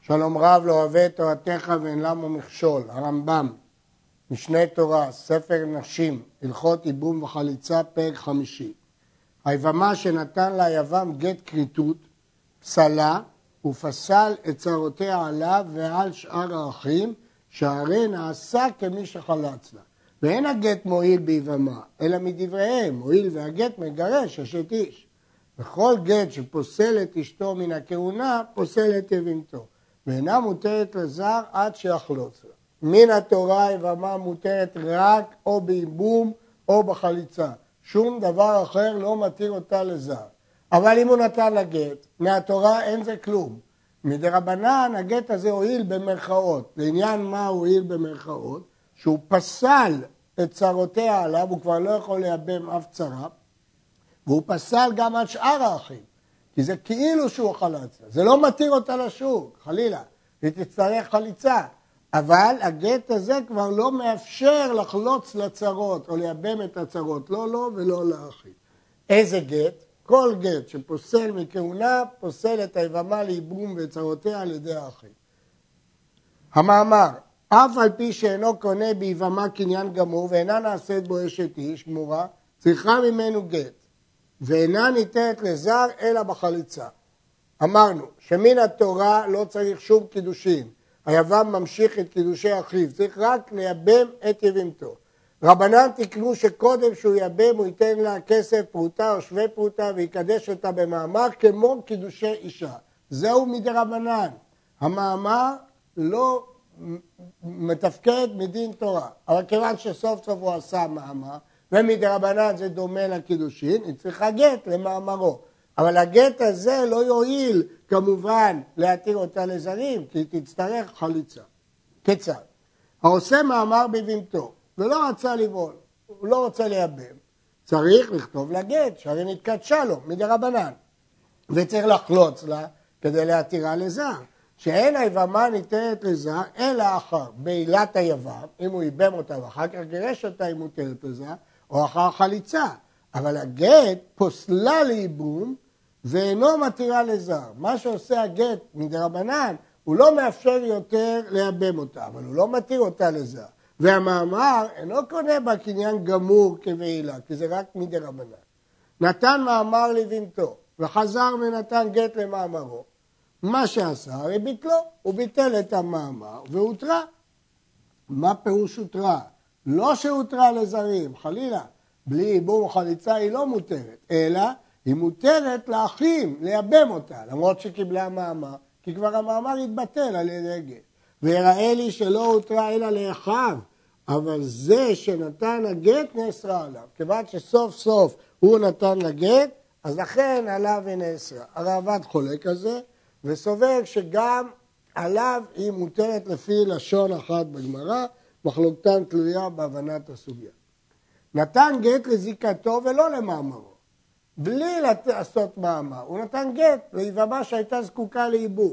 שלום רב לא אוהב את תורתך ואין למו מכשול, הרמב"ם, משנה תורה, ספר נשים, הלכות ייבום וחליצה, פרק 5. היבמה שנתן לה יבם גט כריתות, פסלה, ופסל את צרותיה עליו ועל שאר האחים, שהרי נעשה כמי שחלץ לה. ואין הגט מועיל ביבמה, אלא מדבריהם, מועיל והגט מגרש אשת איש. וכל גט שפוסל את אשתו מן הכהונה, פוסל את יבימתו. ואינה מותרת לזר עד שיחלוץ לה. מן התורה היבמה מותרת רק או בייבום או בחליצה. שום דבר אחר לא מתיר אותה לזר. אבל אם הוא נתן לגט, מהתורה אין זה כלום. מדרבנן הגט הזה הועיל במרכאות. לעניין מה הועיל במרכאות? שהוא פסל את צרותיה עליו, הוא כבר לא יכול לייבם אף צרה, והוא פסל גם על שאר האחים. כי זה כאילו שהוא חלץ לה. זה לא מתיר אותה לשוק, חלילה. היא תצטרך חליצה. אבל הגט הזה כבר לא מאפשר לחלוץ לצרות או לייבם את הצרות. לא לו ולא לאחים. איזה גט? כל גט שפוסל מכהונה, פוסל את היבמה לייבום וצרותיה על ידי האחים. המאמר, אף על פי שאינו קונה ביבמה קניין גמור ואינה נעשית בו אשת איש גמורה, צריכה ממנו גט. ואינה ניתנת לזר אלא בחליצה. אמרנו שמן התורה לא צריך שום קידושין. היבם ממשיך את קידושי אחיו, צריך רק לייבם את יבימתו. רבנן תקנו שקודם שהוא ייבם הוא ייתן לה כסף פרוטה או שווה פרוטה ויקדש אותה במאמר כמו קידושי אישה. זהו מדרבנן. המאמר לא מתפקד מדין תורה. אבל כיוון שסוף סוף הוא עשה מאמר, ומדרבנן זה דומה לקידושין, היא צריכה גט למאמרו. אבל הגט הזה לא יועיל כמובן להתיר אותה לזרים, כי היא תצטרך חליצה. כיצד? העושה מאמר בבימתו, ולא רצה לבעול, הוא לא רוצה לייבם, צריך לכתוב לה גט, שהרי נתקדשה לו, מדרבנן. וצריך לחלוץ לה כדי להתירה לזר. שאין היבמה ניתנת לזר, אלא אחר בעילת היבם, אם הוא ייבם אותה ואחר כך גירש אותה, היא מותרת לזר, או אחר חליצה. אבל הגט פוסלה לייבום ואינו מתירה לזר. מה שעושה הגט מדרבנן, הוא לא מאפשר יותר לייבם אותה, אבל הוא לא מתיר אותה לזר. והמאמר אינו קונה בה קניין גמור כבעילה, כי זה רק מדרבנן. נתן מאמר לבימתו, וחזר ונתן גט למאמרו. מה שעשה, הרי ביטלו, הוא ביטל את המאמר והותרה. מה פירוש הותרה? לא שהותרה לזרים, חלילה. בלי ייבום וחליצה היא לא מותרת, אלא היא מותרת לאחים, לייבם אותה, למרות שקיבלה מאמר, כי כבר המאמר התבטל על ידי גט. ויראה לי שלא הותרה אלא לאחיו, אבל זה שנתן הגט נאסרה עליו. כיוון שסוף סוף הוא נתן לגט, אז לכן עליו היא נאסרה. הרעב"ד חולק על זה, וסובר שגם עליו היא מותרת לפי לשון אחת בגמרא, מחלוקתן תלויה בהבנת הסוגיה. נתן גט לזיקתו ולא למאמרו, בלי לעשות מאמר, הוא נתן גט ליבמה שהייתה זקוקה לייבום.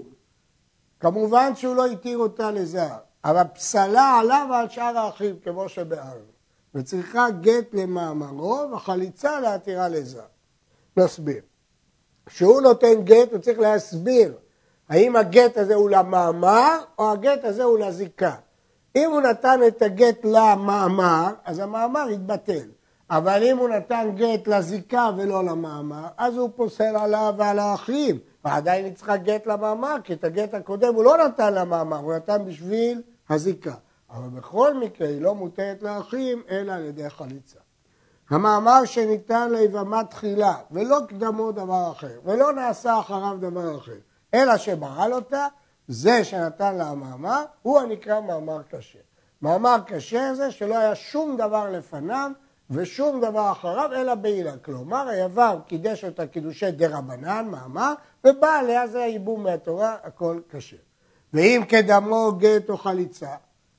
כמובן שהוא לא התיר אותה לזר, אבל פסלה עליו ועל שאר האחים כמו שבארנו, וצריכה גט למאמרו וחליצה להתירה לזר. נסביר. כשהוא נותן גט הוא צריך להסביר האם הגט הזה הוא למאמר או הגט הזה הוא לזיקה. אם הוא נתן את הגט למאמר, אז המאמר יתבטל. אבל אם הוא נתן גט לזיקה ולא למאמר, אז הוא פוסל עליו ועל האחים. ועדיין היא צריכה גט למאמר, כי את הגט הקודם הוא לא נתן למאמר, הוא נתן בשביל הזיקה. אבל בכל מקרה היא לא מותרת לאחים, אלא על ידי חליצה. המאמר שניתן ליבמה תחילה, ולא קדמו דבר אחר, ולא נעשה אחריו דבר אחר, אלא שבעל אותה, זה שנתן לה המאמר, הוא הנקרא מאמר כשר. מאמר כשר זה שלא היה שום דבר לפניו ושום דבר אחריו, אלא בעילה. כלומר, היבם קידש אותה קידושי דרבנן, מאמר, ובא עליה זה הייבום מהתורה, הכל כשר. ואם קדמו גט או חליצה,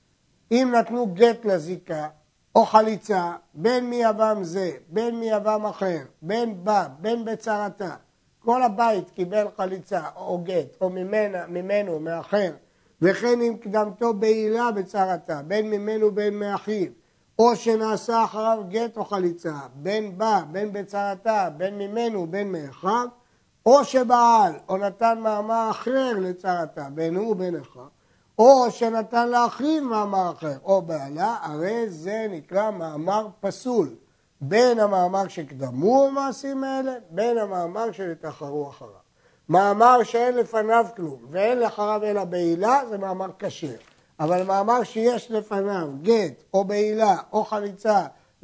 אם נתנו גט לזיקה או חליצה, בין מיבם זה, בין מיבם אחר, בין בה, בין בצרתה, כל הבית קיבל חליצה או גט, או ממנו, מאחר, וכן אם קדמתו בעילה בצרתה, בין ממנו בין מאחיו, או שנעשה אחריו גט או חליצה, בין בה, בין בצרתה, בין ממנו, בין מאחיו, או שבעל, או נתן מאמר אחר לצרתה, בין הוא ובין אחיו, או שנתן לאחיו מאמר אחר, או בעלה, הרי זה נקרא מאמר פסול, בין המאמר שקדמו מעשים האלה, בין המאמר שנתאחרו אחריו. מאמר שאין לפניו כלום, ואין לאחריו אלא בעילה, זה מאמר כשר. אבל מאמר שיש לפניו גט, או בעילה, או חליצה,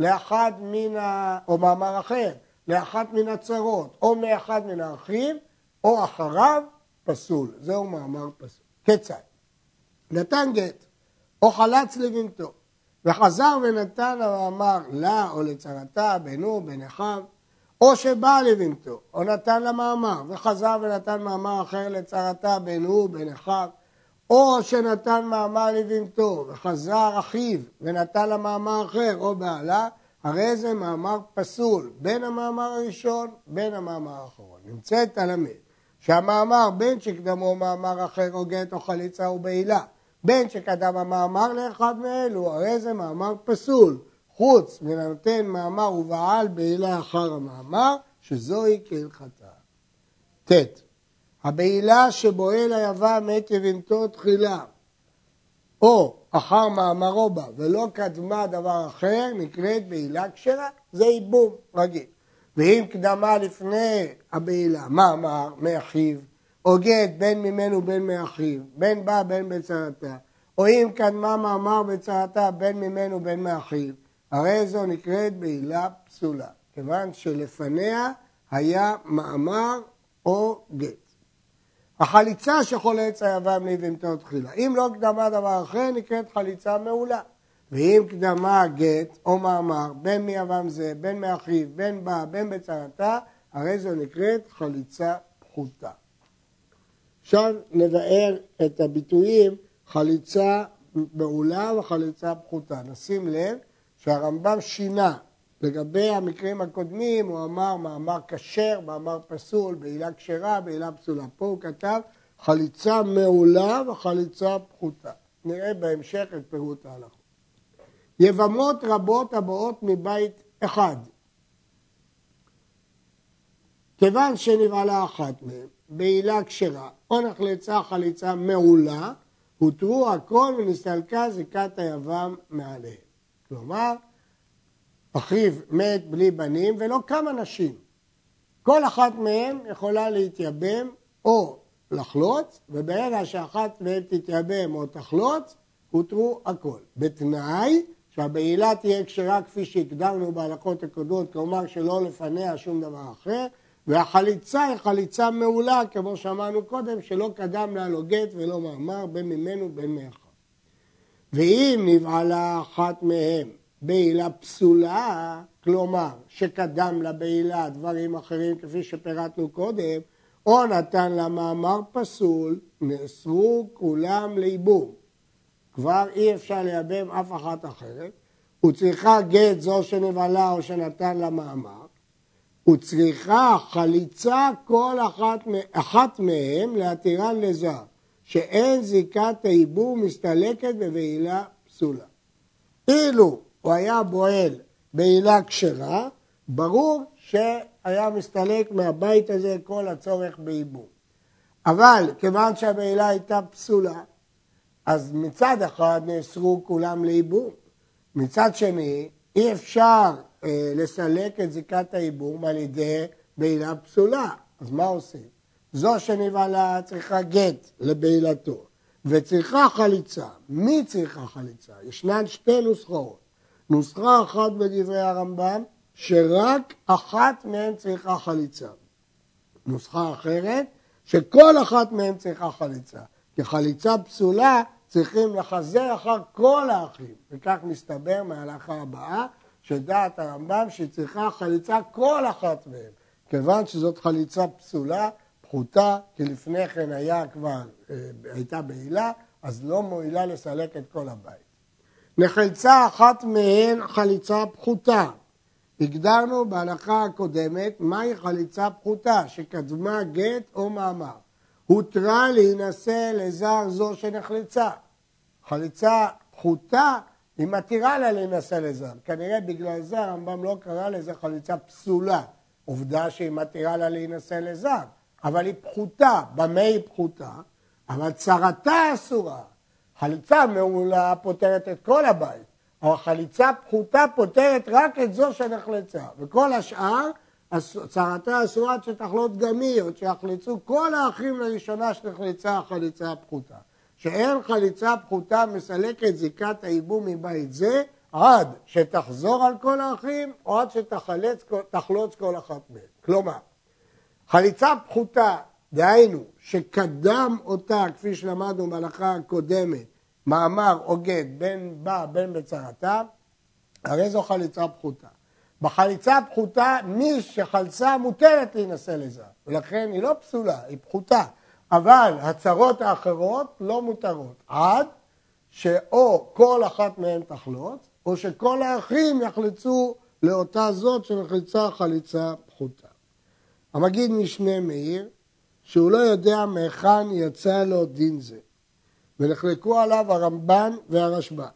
או מאמר אחר, לאחת מן הצרות, או מאחד מן האחים, או אחריו, פסול. זהו מאמר פסול. כיצד? נתן גט, או חלץ לבנתו, וחזר ונתן המאמר לה או לצרתה, בינו, בין אחיו, או שבא לבנתו, או נתן לה מאמר, וחזר ונתן מאמר אחר לצרתה, בינו, בין אחיו, או שנתן מאמר לבנתו, וחזר אחיו, ונתן לה מאמר אחר, או בעלה, הרי זה מאמר פסול, בין המאמר הראשון, בין המאמר האחרון. נמצאת הלמד, שהמאמר בין שקדמו מאמר אחר או גט או חליצה או בעילה, בין שקדם המאמר לאחד מאלו, הרי זה מאמר פסול, חוץ ונותן מאמר ובעל בעילה אחר המאמר, שזוהי כהלכתה. ט. הבעילה שבועל היבם מת יבמתו תחילה, או אחר מאמרו בה, ולא קדמה דבר אחר, נקראת בעילה כשרה, זה ייבום רגיל. ואם קדמה לפני הבעילה, מאמר מאחיו, או גט בין ממנו בין מאחיו, בין בה בין בצרתה, או אם קדמה מאמר בצרתה בין ממנו בין מאחיו, הרי זו נקראת בעילה פסולה, כיוון שלפניה היה מאמר או גט. החליצה שחולץ היבם לבמתו תחילה, אם לא קדמה דבר אחר, נקראת חליצה מעולה. ואם קדמה גט או מאמר, בין מיבם זה, בין מאחיו, בין בה, בין בצרתה, הרי זו נקראת חליצה פחותה. עכשיו נבאר את הביטויים חליצה מעולה וחליצה פחותה. נשים לב שהרמב"ם שינה לגבי המקרים הקודמים, הוא אמר מאמר כשר, מאמר פסול, בעילה כשרה, בעילה פסולה. פה הוא כתב חליצה מעולה וחליצה פחותה. נראה בהמשך את פירוט ההלכות. יבמות רבות הבאות מבית אחד. כיוון שנבעלה אחת מהן, בעילה כשרה, או נחלצה חליצה מעולה, הותרו הכל ונסתלקה זיקת היבם מעליהם. כלומר, אחיו מת בלי בנים ולא כמה נשים. כל אחת מהן יכולה להתייבם או לחלוץ, וברגע שאחת מהן תתייבם או תחלוץ, הותרו הכל. בתנאי שהבעילה תהיה כשרה כפי שהקדמנו בהלכות הקודמות, כלומר שלא לפניה שום דבר אחר, והחליצה היא חליצה מעולה, כמו שאמרנו קודם, שלא קדם לה לא גט ולא מאמר, בין ממנו בין מאחיו. ואם נבעלה אחת מהם בעילה פסולה, כלומר שקדם לה בעילה דברים אחרים כפי שפירטנו קודם, או נתן לה מאמר פסול, נאסרו כולם לייבום. כבר אי אפשר לייבם אף אחת אחרת, וצריכה גט זו שנבעלה או שנתן לה מאמר, וצריכה חליצה כל אחת מהם להתירן לזר, שאין זיקת הייבום מסתלקת בבעילה פסולה. אילו הוא היה בועל בעילה כשרה, ברור שהיה מסתלק מהבית הזה כל הצורך בייבום. אבל כיוון שהבעילה הייתה פסולה, אז מצד אחד נאסרו כולם לייבום. מצד שני, אי אפשר לסלק את זיקת הייבום על ידי בעילה פסולה. אז מה עושים? זו שנבעלה צריכה גט לבעילתו, וצריכה חליצה. מי צריכה חליצה? ישנן שתי נוסחאות. נוסחה אחת בדברי הרמב"ם, שרק אחת מהן צריכה חליצה. נוסחה אחרת, שכל אחת מהן צריכה חליצה. כי חליצה פסולה צריכים לחזר אחר כל האחים. וכך מסתבר מההלכה הבאה, שדעת הרמב"ם שצריכה חליצה כל אחת מהן. כיוון שזאת חליצה פסולה, פחותה, כי לפני כן הייתה בעילה, אז לא מועילה לסלק את כל הבית. נחלצה אחת מהן חליצה פחותה. הגדרנו בהלכה הקודמת מהי חליצה פחותה, שקדמה גט או מאמר. הותרה להינשא לזר זו שנחלצה. חליצה פחותה היא מתירה לה להינשא לזר. כנראה בגלל זה הרמב"ם לא קרא לזה חליצה פסולה. עובדה שהיא מתירה לה להינשא לזר, אבל היא פחותה. במה היא פחותה? אבל צרתה אסורה. חליצה מעולה פותרת את כל הבית, אבל חליצה פחותה פותרת רק את זו שנחלצה, וכל השאר, צרתה אסורה שתחלות גם היא, עוד שיחלצו כל האחים לראשונה שנחלצה החליצה הפחותה. שאין חליצה פחותה מסלקת זיקת הייבום מבית זה, עד שתחזור על כל האחים, או עד שתחלוץ כל אחת מהם. כלומר, חליצה פחותה, דהיינו, שקדם אותה, כפי שלמדנו בהלכה הקודמת, מאמר או גט, בין בא בין בצרתה, הרי זו חליצה פחותה. בחליצה פחותה, מי שחלצה מותרת להינשא לזר, ולכן היא לא פסולה, היא פחותה. אבל הצרות האחרות לא מותרות, עד שאו כל אחת מהן תחלוץ, או שכל האחים יחלצו לאותה זאת שנחלצה חליצה פחותה. המגיד משנה מאיר, שהוא לא יודע מהיכן יצא לו דין זה, ונחלקו עליו הרמב"ן והרשב"א.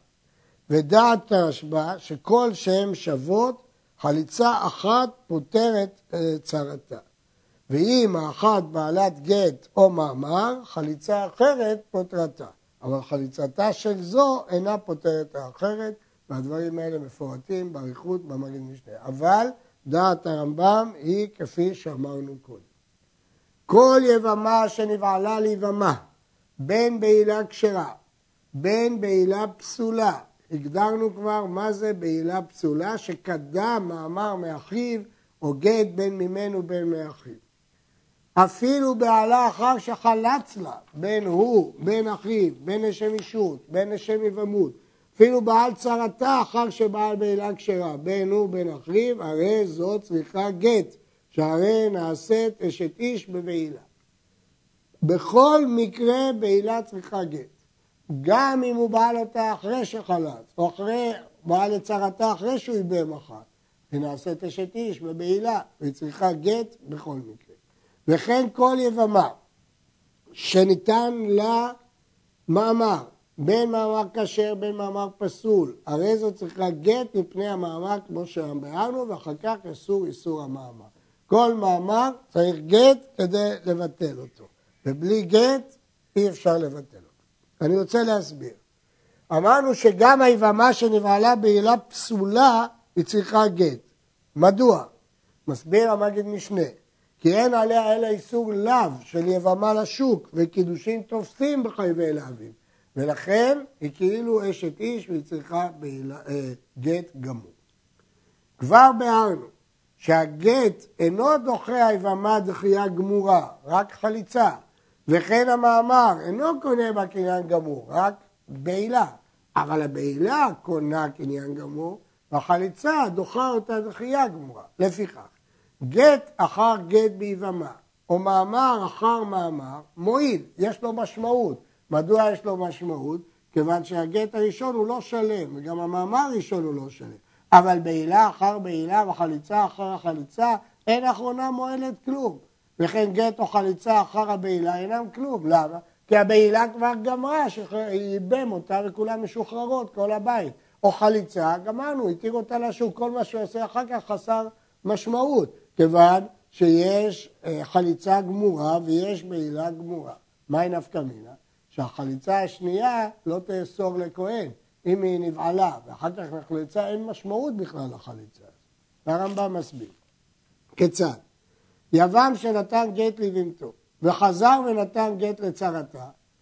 ודעת הרשב"א שכל שהן שוות, חליצה אחת פותרת צרתה. ואם האחת בעלת גט או מאמר, חליצה אחרת פותרתה. אבל חליצתה של זו אינה פותרת האחרת, והדברים האלה מפורטים באריכות במגיד משנה. אבל דעת הרמב"ם היא כפי שאמרנו קודם. כל יבמה שנבעלה ליבמה, בין בעילה כשרה, בין בעילה פסולה, הגדרנו כבר מה זה בעילה פסולה, שקדם מאמר מאחיו, או גט בין ממנו בין מאחיו. אפילו בעלה אחר שחלץ לה, בין הוא, בין אחיו, בין לשם אישות, בין לשם יבמות, אפילו בעל צרתה אחר שבעל בעילה כשרה, בין הוא, בין אחיו, הרי זו צריכה גט, שהרי נעשית אשת איש בבעילה. בכל מקרה בעילה צריכה גט. גם אם הוא בעל אותה אחרי שחלץ, או אחרי בעל לצרתה אחרי שהוא איבם אחת, ונעשית אשת איש בבעילה, והיא צריכה גט בכל מקרה. וכן כל יבמה שניתן לה מאמר, בין מאמר כשר, בין מאמר פסול, הרי זו צריכה גט מפני המאמר כמו שאמרנו, ואחר כך אסור איסור המאמר. כל מאמר צריך גט כדי לבטל אותו, ובלי גט אי אפשר לבטל אותו. אני רוצה להסביר. אמרנו שגם היבמה שנבעלה בעילה פסולה היא צריכה גט. מדוע? מסביר המגיד משנה. כי אין עליה אלא איסור לאו של יבמה לשוק, וקידושים תופסים בחייבי להבים. ולכן היא כאילו אשת איש והיא צריכה גט גמור. כבר ביארנו שהגט אינו דוחה היבמה דחייה גמורה, רק חליצה. וכן המאמר אינו קונה בה קניין גמור, רק בעילה. אבל הבעילה קונה קניין גמור, והחליצה דוחה אותה דחייה גמורה. לפיכך, גט אחר גט ביבמה, או מאמר אחר מאמר, מועיל, יש לו משמעות. מדוע יש לו משמעות? כיוון שהגט הראשון הוא לא שלם, וגם המאמר הראשון הוא לא שלם. אבל בעילה אחר בעילה וחליצה אחר החליצה, אין אחרונה מועלת כלום. וכן גט או חליצה אחר הבעילה אינם כלום. למה? כי הבעילה כבר גמרה, שיבם אותה וכולם משוחררות, כל הבית. או חליצה, גמרנו, התיר אותה לשוק, כל מה שעושה אחר כך חסר משמעות, כיוון שיש חליצה גמורה ויש בעילה גמורה. מהי נפקא מינה? שהחליצה השנייה לא תאסור לכהן, אם היא נבעלה, ואחר כך לחליצה אין משמעות בכלל לחליצה. והרמב"ם מסביר. כיצד? יבם שנתן גט לבהמתו, וחזר ונתן גט לצרתה,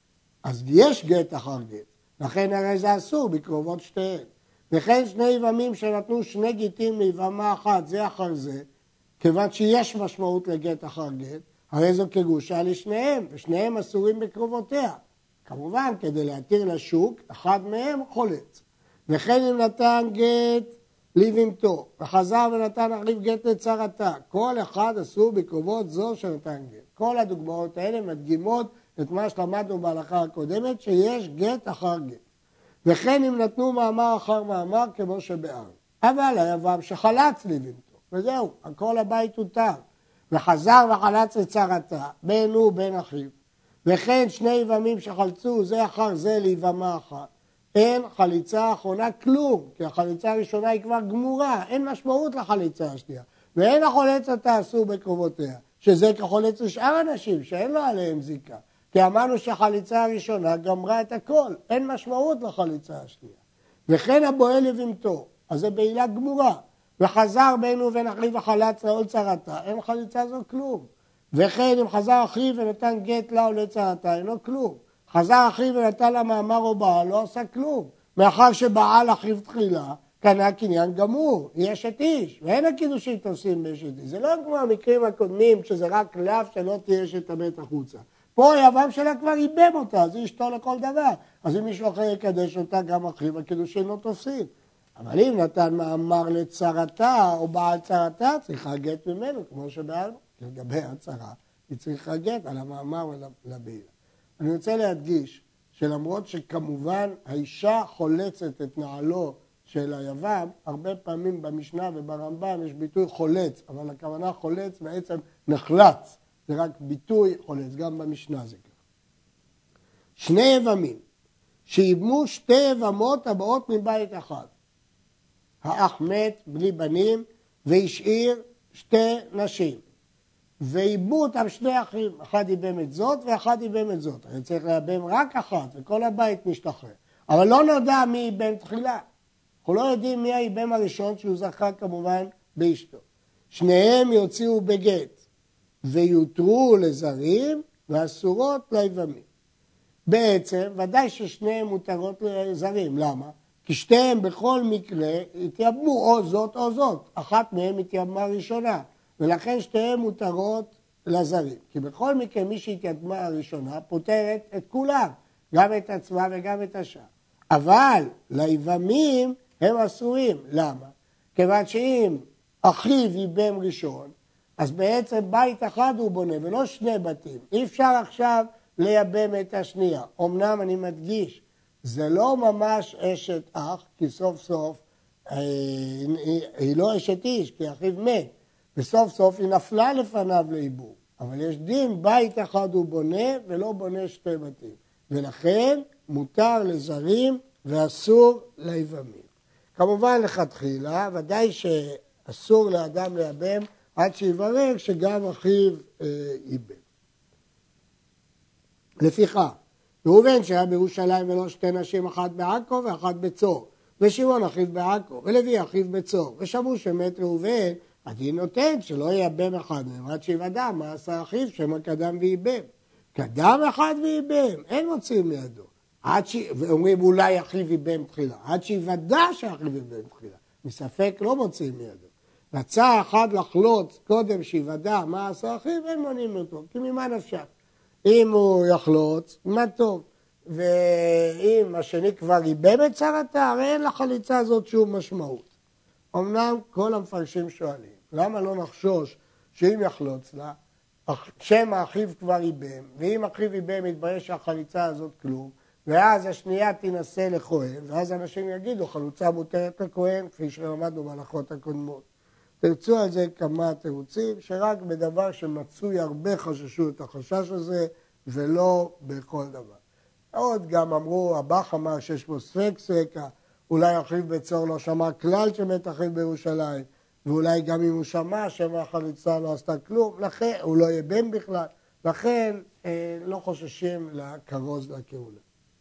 אז יש גט אחר גט, לכן הרי זה אסור בקרובות שתיהן. וכן שני יבמים שנתנו שני גטים ליבמה אחת, זה אחר זה, כיוון שיש משמעות לגט אחר גט, הרי זו כגושה לשניהם, ושניהם אסורים בקרובותיה. כמובן, כדי להתיר לשוק, אחד מהם חולץ. וכן אם נתן גט לבהמתו, וחזר ונתן אחיו גט לצרתה, כל אחד אסור בקרובות זו שנתן גט. כל הדוגמאות האלה מדגימות את מה שלמדנו בהלכה הקודמת, שיש גט אחר גט. וכן אם נתנו מאמר אחר מאמר כמו שבאר. אבל היבם שחלץ לבהמתו, וזהו, כל הבית הותר. וחזר וחלץ לצרתה, בין הוא בין אחיו. וכן שני יבמים שחלצו זה אחר זה ליבמה אחת. אין חליצה אחרונה כלום, כי החליצה הראשונה היא כבר גמורה, אין משמעות לחליצה השנייה. ואין החולץ אותה אסור בקרובותיה. שזה כחולץ לשאר אנשים, שאין לו עליהם זיקה. כי אמרנו שהחליצה הראשונה גמרה את הכל, אין משמעות לחליצה השנייה. וכן הבועל לבהמתו, אז זה בעילה גמורה. וחזר בינו ובין אחיו וחלץ לה או לצרתה, אין חליצה זו כלום. וכן אם חזר אחיו ונתן גט לה או לצרתה, אינו כלום. חזר אחיו ונתן לה מאמר או בעל, לא עושה כלום. מאחר שבעל אחיו תחילה, קנה קניין גמור, היא אשת איש, ואין הקידושין תעושים באשת איש. זה לא כמו המקרים הקודמים, שזה רק לאו שלא תהיה אשת המת החוצה. פה היבם שלה כבר איבם אותה, אז היא אשתו לכל דבר. אז אם מישהו אחר יקדש אותה, גם אחיו, הקידושין לא תופסים. אבל אם נתן מאמר לצרתה או בעל צרתה, צריכה גט ממנו, כמו שבאלנו. לגבי הצרה, היא צריכה גט על המאמר ולבעילה. אני רוצה להדגיש שלמרות שכמובן האישה חולצת את נעלו של היבם, הרבה פעמים במשנה וברמב"ם יש ביטוי חולץ, אבל הכוונה חולץ בעצם נחלץ, זה רק ביטוי חולץ, גם במשנה זה ככה. שני יבמים שיבמו שתי יבמות הבאות מבית אחד. האח מת בלי בנים והשאיר שתי נשים. ואיבו אותם שני אחים, אחד איבם את זאת ואחד איבם את זאת. אני צריך לאבם רק אחת וכל הבית משתחרר. אבל לא נודע מי איבם תחילה. אנחנו לא יודעים מי האיבם הראשון שהוא זכה כמובן באשתו. שניהם יוציאו בגט ויותרו לזרים ואסורות ליבמים. בעצם ודאי ששניהם מותרות לזרים. למה? כי שתיהם בכל מקרה התייבמו או זאת או זאת. אחת מהם התייבמה ראשונה. ולכן שתיהן מותרות לזרים. כי בכל מקרה מי שהתייבמה הראשונה פותרת את כולם, גם את עצמה וגם את השאר. אבל ליבמים הם אסורים. למה? כיוון שאם אחיו ייבם ראשון, אז בעצם בית אחד הוא בונה ולא שני בתים. אי אפשר עכשיו לייבם את השנייה. אמנם אני מדגיש, זה לא ממש אשת אח, כי סוף סוף היא לא אשת איש, כי אחיו מת. וסוף סוף היא נפלה לפניו לאיבור. אבל יש דין, בית אחד הוא בונה ולא בונה שתי בתים. ולכן מותר לזרים ואסור ליבמים. כמובן לכתחילה, ודאי שאסור לאדם לייבם עד שיברר שגם אחיו ייבם. לפיכך, ראובן שהיה בירושלים ולא שתי נשים, אחת בעכו ואחת בצור. ושמעון אחיו בעכו, ולוי אחיו בצור. ושמעו שמת ראובן, הדין נותן שלא ייבם אחד מהם, עד שיוודע מה עשה אחיו שמא קדם וייבם. קדם אחד וייבם, אין מוצאים מידו. ואומרים אולי אחיו ייבם תחילה, עד שיוודע שאחיו ייבם תחילה. מספק לא מוצאים מידו. רצה אחד לחלוץ קודם שיוודע מה עשה אחיו, אין מונים אותו, כי ממה נפשך. אם הוא יחלוץ, מה טוב. ואם השני כבר ייבם את צרתה, הרי אין לחליצה הזאת שום משמעות. אמנם כל המפרשים שואלים, למה לא נחשוש שאם יחלוץ לה, שמא אחיו כבר ייבם, ואם אחיו ייבם יתברר שהחליצה הזאת כלום, ואז השנייה תנסה לכהן, ואז אנשים יגידו, חלוצה מותרת לכהן, כפי שלמדנו בהלכות הקודמות. תרצו על זה כמה תירוצים, שרק בדבר שמצוי הרבה חששו את החשש הזה, ולא בכל דבר. עוד גם אמרו, הבח אמר שיש פה ספק, אולי אחיו בצור לא שמע כלל שמת אחיו בירושלים, ואולי גם אם הוא שמע שמא החליצה לא עשתה כלום, לכן הוא לא ייבם בכלל, לכן לא חוששים לכרוז לכהונה.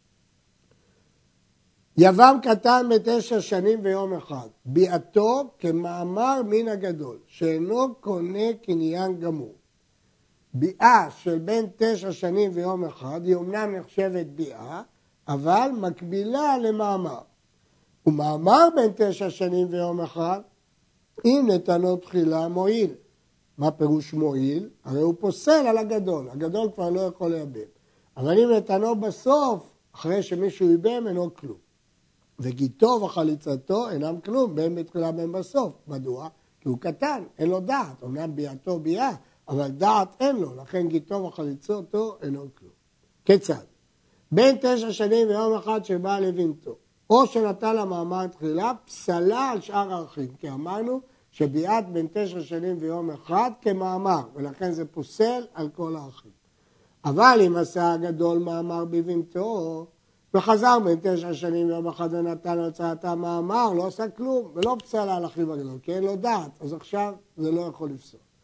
יבם קטן ב9 שנים ויום אחד, ביאתו כמאמר מן הגדול, שאינו קונה קניין גמור. ביאה של בין 9 שנים ויום אחד, היא אומנם נחשבת ביאה, אבל מקבילה למאמר. ומאמר בין 9 שנים ויום אחד, אם נתנו תחילה מועיל. מה פירוש מועיל? הרי הוא פוסל על הגדול, הגדול כבר לא יכול לייבם. אבל אם נתנו בסוף, אחרי שמישהו ייבם, אינו כלום. וגיתו וחליצתו אינם כלום, בין בתחילה בין בסוף. מדוע? כי הוא קטן, אין לו דעת, אומנם ביאתו ביאה, אבל דעת אין לו, לכן גיתו וחליצתו אינו כלום. כיצד? בין 9 שנים ויום אחד שבא לבנתו, או שנתן לה מאמר תחילה, פסלה על שאר האחים, כי אמרנו שביאת בין 9 שנים ויום אחד כמאמר, ולכן זה פוסל על כל האחים. אבל אם עשה הגדול מאמר בבנתו, וחזר בין 9 שנים ויום אחד ונתן להוצאתה מאמר, לא עשה כלום, ולא פסלה על אחיו הגדול, כי אין לו דעת, אז עכשיו זה לא יכול לפסול.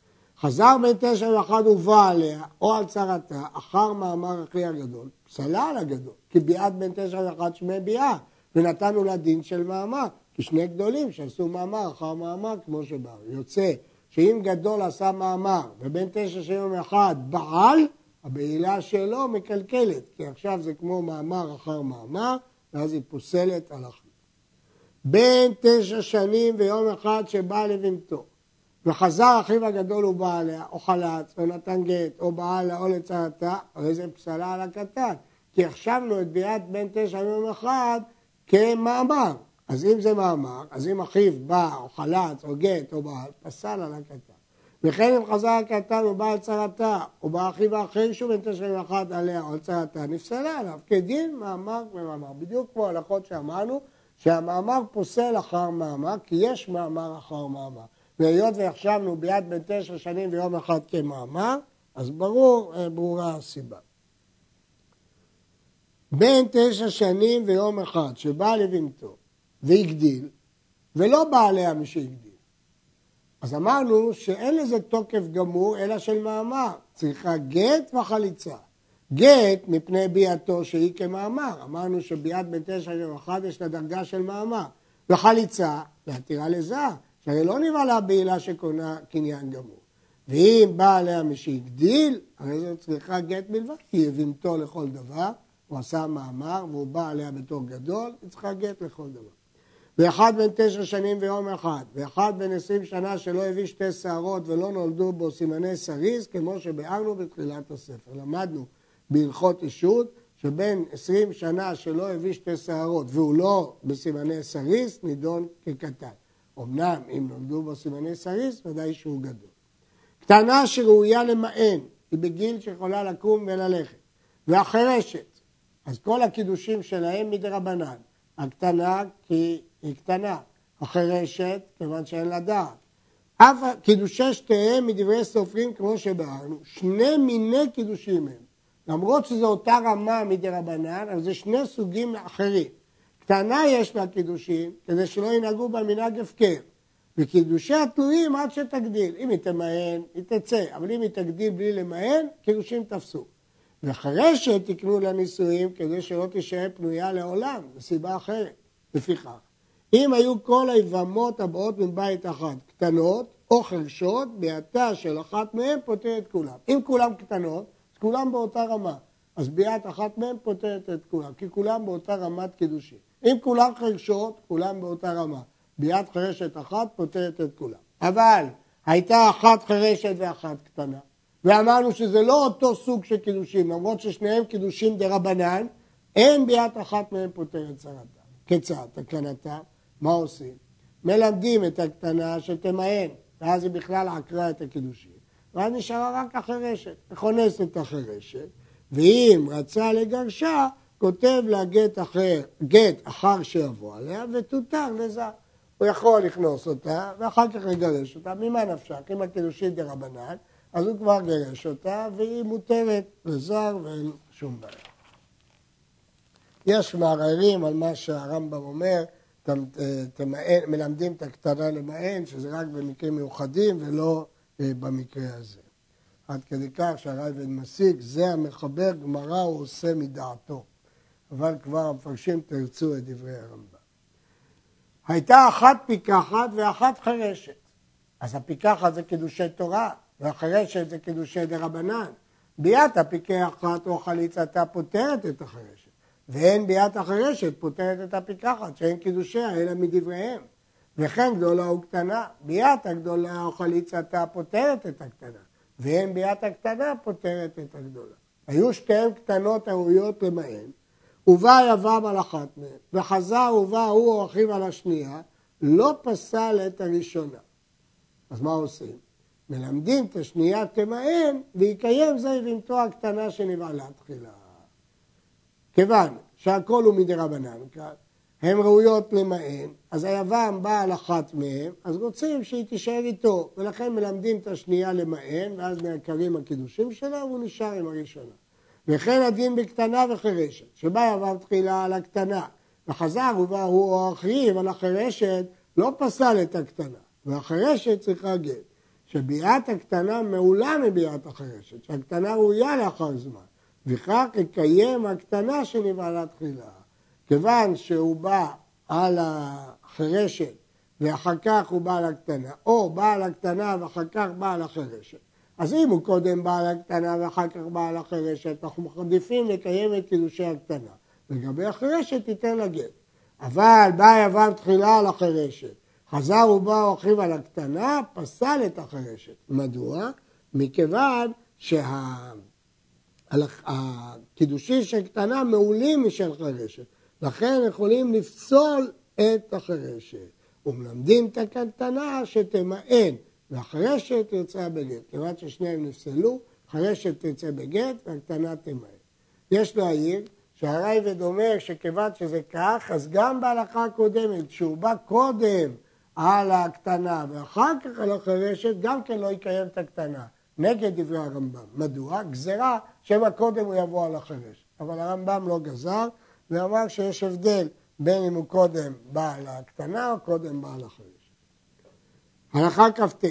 חזר בין 9 ואחת ובא עליה, או על צרתה, אחר מאמר אחי הגדול, פסלה על הגדול, כי ביאת בין 9 ואחת שמי ביאה, ונתנו לה דין של מאמר, כי שני גדולים שעשו מאמר אחר מאמר כמו שבאו. יוצא שאם גדול עשה מאמר, ובין 9 שיום אחד בעל, הבעילה שלו מקלקלת, כי עכשיו זה כמו מאמר אחר מאמר, ואז היא פוסלת על אחר. בין 9 שנים ויום אחד שבא לבנתו, וחזר אחיו הגדול ובא עליה, או חלץ, או נתן גט, או בא לה, או לצרתה, הרי זה פסלה על הקטן, כי החשבנו את ביאת בין 9 ויום אחד כמאמר. אז אם זה מאמר, אז אם אחיו בא, או חלץ, או גט, או בעל, פסל על הקטן. וכן אם חזר הקטן ובא על צרתה, או בא אחיו האחר שוב בין 9 ויום אחד עליה, או על צרתה, נפסלה עליו, כדין מאמר ומאמר. בדיוק כמו הלכות שאמרנו, שהמאמר פוסל אחר מאמר, כי יש מאמר אחר מאמר. והיות והחשבנו ביד בין 9 שנים ויום אחד כמאמר, אז ברורה הסיבה. בין 9 שנים ויום אחד שבא לבנתו והגדיל, ולא בא עליה מי שהגדיל. אז אמרנו שאין לזה תוקף גמור אלא של מאמר, צריכה גט וחליצה. גט מפני ביאתו שהיא כמאמר, אמרנו שביאת בין 9 ויום אחד יש לה דרגה של מאמר, וחליצה להתירה לזר. שהרי לא נראה לה בעילה שקונה קניין גמור. ואם בא עליה מי שהגדיל, הרי זו צריכה גט בלבד, כי היא הבנתו לכל דבר, הוא עשה מאמר והוא בא עליה בתור גדול, היא צריכה גט לכל דבר. ואחד בין 9 שנים ויום אחד, ואחד בין 20 שנה שלא הביא 2 שערות ולא נולדו בו סימני סריס, כמו שבארנו בתחילת הספר. למדנו בהלכות אישות, שבין 20 שנה שלא הביא 2 שערות והוא לא בסימני סריס, נידון כקטן. אמנם אם נולדו בו סימני סריס, ודאי שהוא גדול. קטנה שראויה למען, היא בגיל שיכולה לקום וללכת. והחרשת, אז כל הקידושים שלהם מדרבנן. הקטנה כי היא קטנה, החרשת כיוון שאין לה דעת. אף קידושי שתיהם מדברי סופרים כמו שבארנו, 2 מיני קידושים הם. למרות שזו אותה רמה מדרבנן, אבל זה 2 סוגים אחרים. קטנה יש לה קידושים, כדי שלא ינהגו בה מנהג הפקר. וקידושי התלויים עד שתגדיל. אם היא תמהן, היא תצא. אבל אם היא תגדיל בלי למהן, קידושים תפסו. ואחרי שתקנו לנישואים, כדי שלא תישאר פנויה לעולם, בסיבה אחרת. לפיכך, אם היו כל היבמות הבאות מבית אחת קטנות או חרשות, ביאתה של אחת מהן פותר את כולם. אם כולם קטנות, אז כולם באותה רמה. אז ביאת אחת מהן פותרת את כולם, כי כולם באותה רמת קידושים. אם כולם חרשות, כולם באותה רמה. ביאת חרשת אחת פותרת את כולם. אבל הייתה אחת חרשת ואחת קטנה, ואמרנו שזה לא אותו סוג של קידושים, למרות ששניהם קידושים דרבנן, אין ביאת אחת מהן פותרת צרתה. כיצד? תקנתה, מה עושים? מלמדים את הקטנה שתמהן, ואז היא בכלל עקרה את הקידושים. ואז נשארה רק החרשת, מכונס את החרשת, ואם רצה לגרשה, כותב לה גט אחר שיבוא עליה, ותותר לזר. הוא יכול לכנוס אותה, ואחר כך לגרש אותה. ממה נפשך? אם הקידושין דרבנן, אז הוא כבר גרש אותה, והיא מותרת לזר ואין שום בעיה. יש מערערים על מה שהרמב"ם אומר, מלמדים את הקטנה למען, שזה רק במקרים מיוחדים ולא במקרה הזה. עד כדי כך שהרייבד מסיק, זה המחבר גמרא הוא עושה מדעתו. אבל כבר המפרשים תרצו את דברי הרמב"ם. הייתה אחת פיקחת ואחת חרשת. אז הפיקחת זה קידושי תורה, והחרשת זה קידושי דרבנן. ביאת הפיקחת או חליצתה פותרת את החרשת. ואין ביאת החרשת פותרת את הפיקחת, שאין קידושיה אלא מדבריהם. וכן גדולה או קטנה, ביאת הגדולה או חליצתה פותרת את הקטנה. ואין ביאת הקטנה פותרת את הגדולה. היו שתיהן קטנות ראויות למען, ובא יבם על אחת מהן, וחזר ובא הוא או אחיו על השנייה, לא פסל את הראשונה. אז מה עושים? מלמדים את השנייה כמען, ויקיים זה יבמתו הקטנה שנבעלה תחילה. כיוון שהכל הוא מדרבנן כאן, הן ראויות למען, אז היבם בא על אחת מהם, אז רוצים שהיא תישאר איתו, ולכן מלמדים את השנייה למען, ואז מעקרים הקידושים שלה, והוא נשאר עם הראשונה. וכן הדין בקטנה וחרשת, שבא יבם תחילה על הקטנה, וחזר ובא הוא או אחיו על החרשת, לא פסל את הקטנה, והחרשת צריכה גט. שביאת הקטנה מעולה מביאת החרשת, שהקטנה ראויה לאחר זמן, וכך יקיים הקטנה שנבעלה תחילה. כיוון שהוא בא על החרשת ואחר כך הוא בא על הקטנה, או בא על הקטנה ואחר כך בא על החרשת. אז אם הוא קודם בא על הקטנה ואחר כך בא על החרשת, אנחנו מעדיפים לקיים את קידושי הקטנה. לגבי החרשת תיתן לה גט. אבל בא יבם תחילה על החרשת, חזר ובא אחיו על הקטנה, פסל את החרשת. מדוע? מכיוון שהקידושין של קטנה מעולים משל חרשת. לכן יכולים לפסול את החרשת. ומלמדים את הקטנה שתמאן, והחרשת יוצאה בגט. כיוון ששניהם נפסלו, חרשת תצא בגט והקטנה תמאן. יש להעיר שהרייבד אומר שכיוון שזה כך, אז גם בהלכה הקודמת, שהוא בא קודם על הקטנה ואחר כך על החרשת, גם כן לא יקיים את הקטנה. נגד דברי הרמב"ם. מדוע? גזרה שמה קודם הוא יבוא על החרשת. אבל הרמב"ם לא גזר, ואמר שיש הבדל בין אם הוא קודם בא על הקטנה או קודם בא על החרשת. הלכה כ"ט,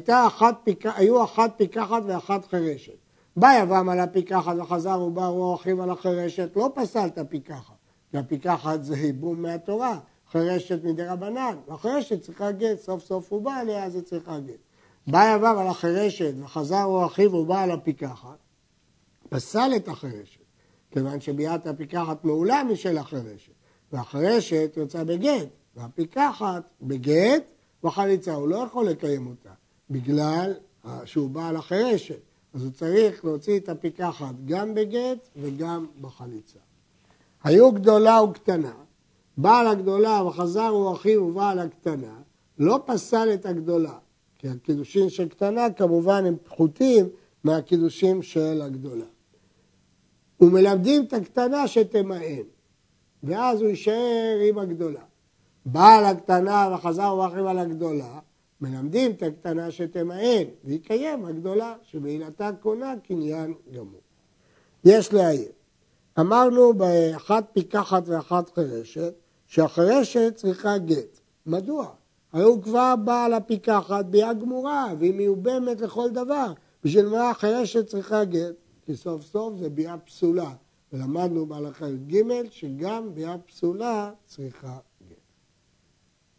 היו אחת פיקחת ואחת חרשת. בא יבם על הפיקחת וחזר ובא הוא אחיו על החרשת, לא פסל את הפיקחת, כי הפיקחת זה היבום מהתורה, חרשת מדרבנן, והחרשת צריכה גט, סוף סוף הוא בא עליה, אז היא צריכה גט. בא יבם על החרשת וחזר הוא אחיו ובא על הפיקחת, פסל את החרשת, כיוון שביאת הפיקחת מעולה משל החרשת, והחרשת יוצא בגט, והפיקחת בגט וחליצה, הוא לא יכול לקיים אותה, בגלל שהוא בא על החרשת. אז הוא צריך להוציא את הפיקחת גם בגט וגם בחליצה. היו גדולה וקטנה, בעל הגדולה וחזר הוא אחיו ובעל הקטנה, לא פסל את הגדולה, כי הקידושים של קטנה כמובן הם פחותים מהקידושים של הגדולה. ומלמדים את הקטנה שתמאן, ואז הוא יישאר עם הגדולה. בעל הקטנה וחזר הוא אחיו על הגדולה, מלמדים את הקטנה שתמאן, ויקיים הגדולה שבעילתה קונה קניין גמור. יש להעיר, אמרנו באחת פיקחת ואחת חרשת, שהחרשת צריכה גט. מדוע? הרי הוא כבר בא על הפיקחת ביאה גמורה, והיא מיובמת לכל דבר. בשביל מה החרשת צריכה גט? כי סוף סוף זה ביאה פסולה. ולמדנו בהלכה י"ג שגם ביאה פסולה צריכה